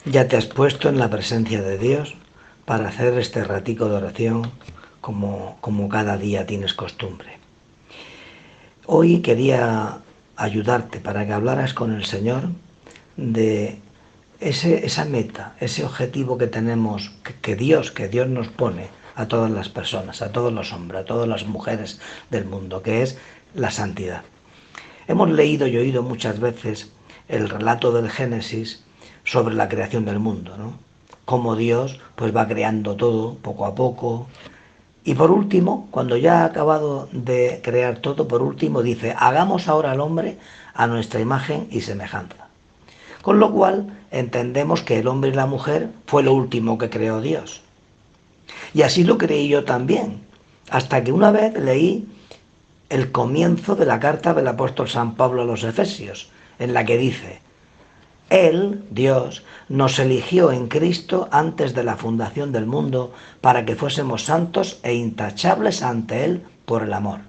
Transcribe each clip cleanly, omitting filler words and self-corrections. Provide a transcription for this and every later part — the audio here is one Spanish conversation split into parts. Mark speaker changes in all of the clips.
Speaker 1: Ya te has puesto en la presencia de Dios para hacer este ratico de oración como cada día tienes costumbre. Hoy quería ayudarte para que hablaras con el Señor de esa meta, ese objetivo que tenemos, que Dios nos pone a todas las personas, a todos los hombres, a todas las mujeres del mundo, que es la santidad. Hemos leído y oído muchas veces el relato del Génesis sobre la creación del mundo, ¿no? Cómo Dios pues va creando todo poco a poco. Y por último, cuando ya ha acabado de crear todo, por último dice, hagamos ahora al hombre a nuestra imagen y semejanza. Con lo cual entendemos que el hombre y la mujer fue lo último que creó Dios. Y así lo creí yo también, hasta que una vez leí el comienzo de la carta del apóstol San Pablo a los Efesios, en la que dice, Él, Dios, nos eligió en Cristo antes de la fundación del mundo para que fuésemos santos e intachables ante Él por el amor.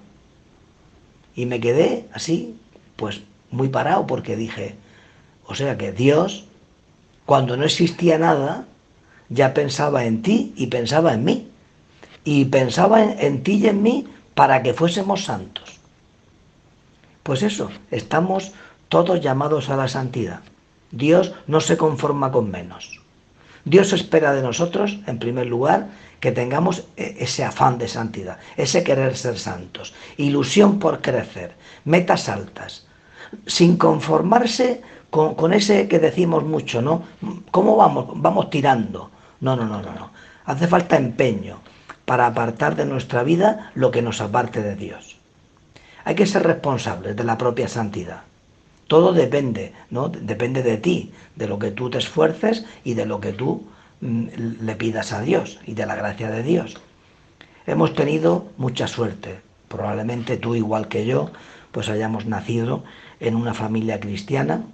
Speaker 1: Y me quedé así, pues muy parado porque dije, o sea que Dios, cuando no existía nada, ya pensaba en ti y pensaba en mí. Y pensaba en ti y en mí para que fuésemos santos. Pues eso, estamos todos llamados a la santidad. Dios no se conforma con menos. Dios espera de nosotros, en primer lugar, que tengamos ese afán de santidad, ese querer ser santos, ilusión por crecer, metas altas, sin conformarse con ese que decimos mucho, ¿no? ¿Cómo vamos? Vamos tirando. No, no, no, no, no. Hace falta empeño para apartar de nuestra vida lo que nos aparte de Dios. Hay que ser responsables de la propia santidad. Todo depende, ¿no? Depende de ti, de lo que tú te esfuerces y de lo que tú le pidas a Dios y de la gracia de Dios. Hemos tenido mucha suerte. Probablemente tú, igual que yo, pues hayamos nacido en una familia cristiana.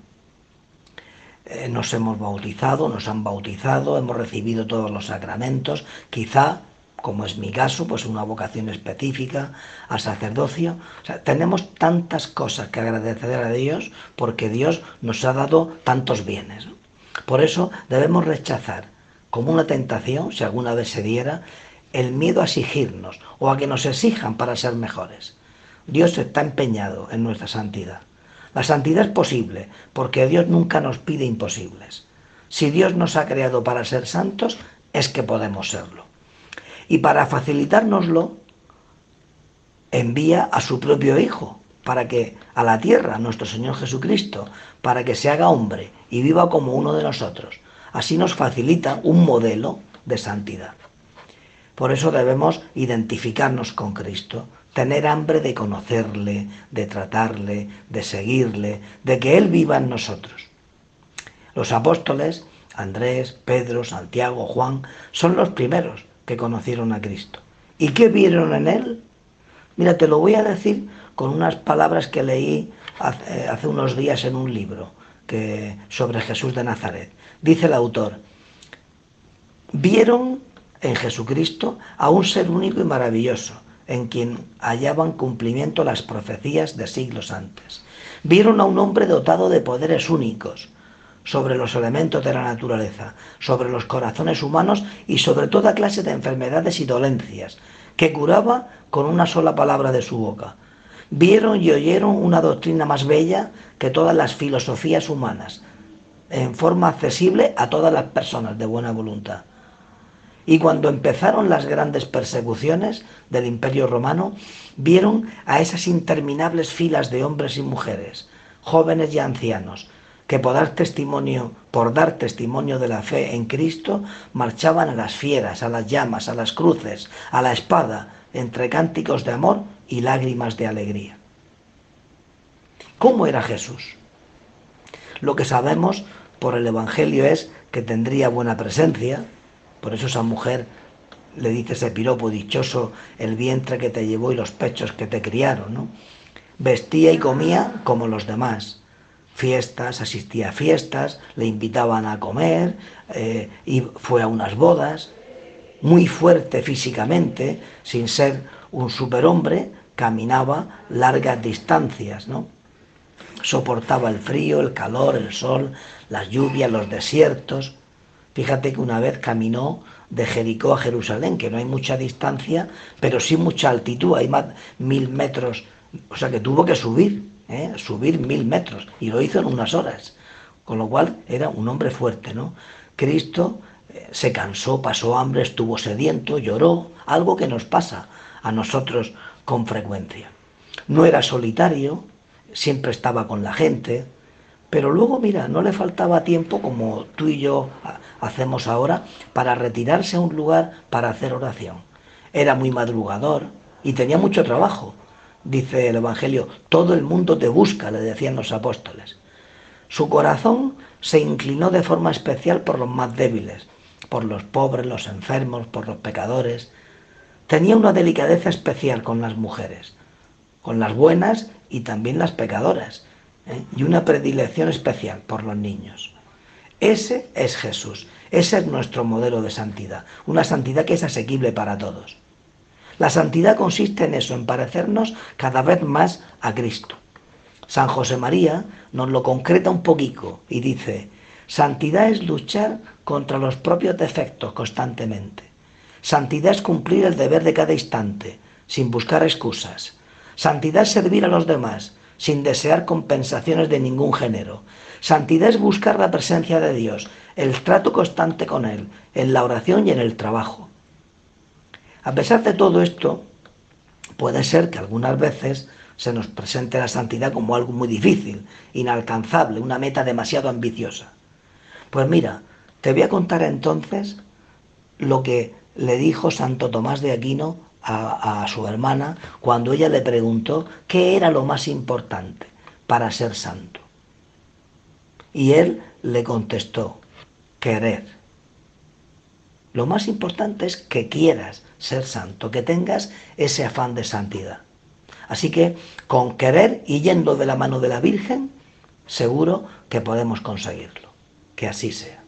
Speaker 1: Nos hemos bautizado, nos han bautizado, hemos recibido todos los sacramentos, quizá, como es mi caso, pues una vocación específica al sacerdocio. O sea, tenemos tantas cosas que agradecer a Dios porque Dios nos ha dado tantos bienes, ¿no? Por eso debemos rechazar como una tentación, si alguna vez se diera, el miedo a exigirnos o a que nos exijan para ser mejores. Dios está empeñado en nuestra santidad. La santidad es posible, porque Dios nunca nos pide imposibles. Si Dios nos ha creado para ser santos, es que podemos serlo. Y para facilitárnoslo, envía a su propio Hijo, para que a la tierra, nuestro Señor Jesucristo, para que se haga hombre y viva como uno de nosotros. Así nos facilita un modelo de santidad. Por eso debemos identificarnos con Cristo, tener hambre de conocerle, de tratarle, de seguirle, de que Él viva en nosotros. Los apóstoles, Andrés, Pedro, Santiago, Juan, son los primeros que conocieron a Cristo. ¿Y qué vieron en Él? Mira, te lo voy a decir con unas palabras que leí hace unos días en un libro sobre Jesús de Nazaret. Dice el autor, vieron en Jesucristo a un ser único y maravilloso, en quien hallaban cumplimiento las profecías de siglos antes. Vieron a un hombre dotado de poderes únicos sobre los elementos de la naturaleza, sobre los corazones humanos y sobre toda clase de enfermedades y dolencias, que curaba con una sola palabra de su boca. Vieron y oyeron una doctrina más bella que todas las filosofías humanas, en forma accesible a todas las personas de buena voluntad. Y cuando empezaron las grandes persecuciones del Imperio Romano, vieron a esas interminables filas de hombres y mujeres, jóvenes y ancianos, que por dar testimonio de la fe en Cristo, marchaban a las fieras, a las llamas, a las cruces, a la espada, entre cánticos de amor y lágrimas de alegría. ¿Cómo era Jesús? Lo que sabemos por el Evangelio es que tendría buena presencia. Por eso esa mujer le dice ese piropo dichoso, el vientre que te llevó y los pechos que te criaron, ¿no? Vestía y comía como los demás. Fiestas, asistía a fiestas, le invitaban a comer, y fue a unas bodas. Muy fuerte físicamente, sin ser un superhombre, caminaba largas distancias, ¿no? Soportaba el frío, el calor, el sol, las lluvias, los desiertos. Fíjate que una vez caminó de Jericó a Jerusalén, que no hay mucha distancia, pero sí mucha altitud, hay más 1000 metros, o sea que tuvo que subir, subir 1000 metros, y lo hizo en unas horas, con lo cual era un hombre fuerte, ¿no? Cristo se cansó, pasó hambre, estuvo sediento, lloró, algo que nos pasa a nosotros con frecuencia. No era solitario, siempre estaba con la gente, pero luego, mira, no le faltaba tiempo, como tú y yo hacemos ahora, para retirarse a un lugar para hacer oración. Era muy madrugador y tenía mucho trabajo. Dice el Evangelio, todo el mundo te busca, le decían los apóstoles. Su corazón se inclinó de forma especial por los más débiles, por los pobres, los enfermos, por los pecadores. Tenía una delicadeza especial con las mujeres, con las buenas y también las pecadoras, y una predilección especial por los niños. Ese es Jesús, ese es nuestro modelo de santidad, una santidad que es asequible para todos. La santidad consiste en eso, en parecernos cada vez más a Cristo. San José María nos lo concreta un poquito y dice, santidad es luchar contra los propios defectos constantemente. Santidad es cumplir el deber de cada instante, sin buscar excusas. Santidad es servir a los demás, sin desear compensaciones de ningún género. Santidad es buscar la presencia de Dios, el trato constante con Él, en la oración y en el trabajo. A pesar de todo esto, puede ser que algunas veces se nos presente la santidad como algo muy difícil, inalcanzable, una meta demasiado ambiciosa. Pues mira, te voy a contar entonces lo que le dijo Santo Tomás de Aquino a su hermana cuando ella le preguntó qué era lo más importante para ser santo. Y él le contestó, querer. Lo más importante es que quieras ser santo, que tengas ese afán de santidad. Así que con querer y yendo de la mano de la Virgen, seguro que podemos conseguirlo. Que así sea.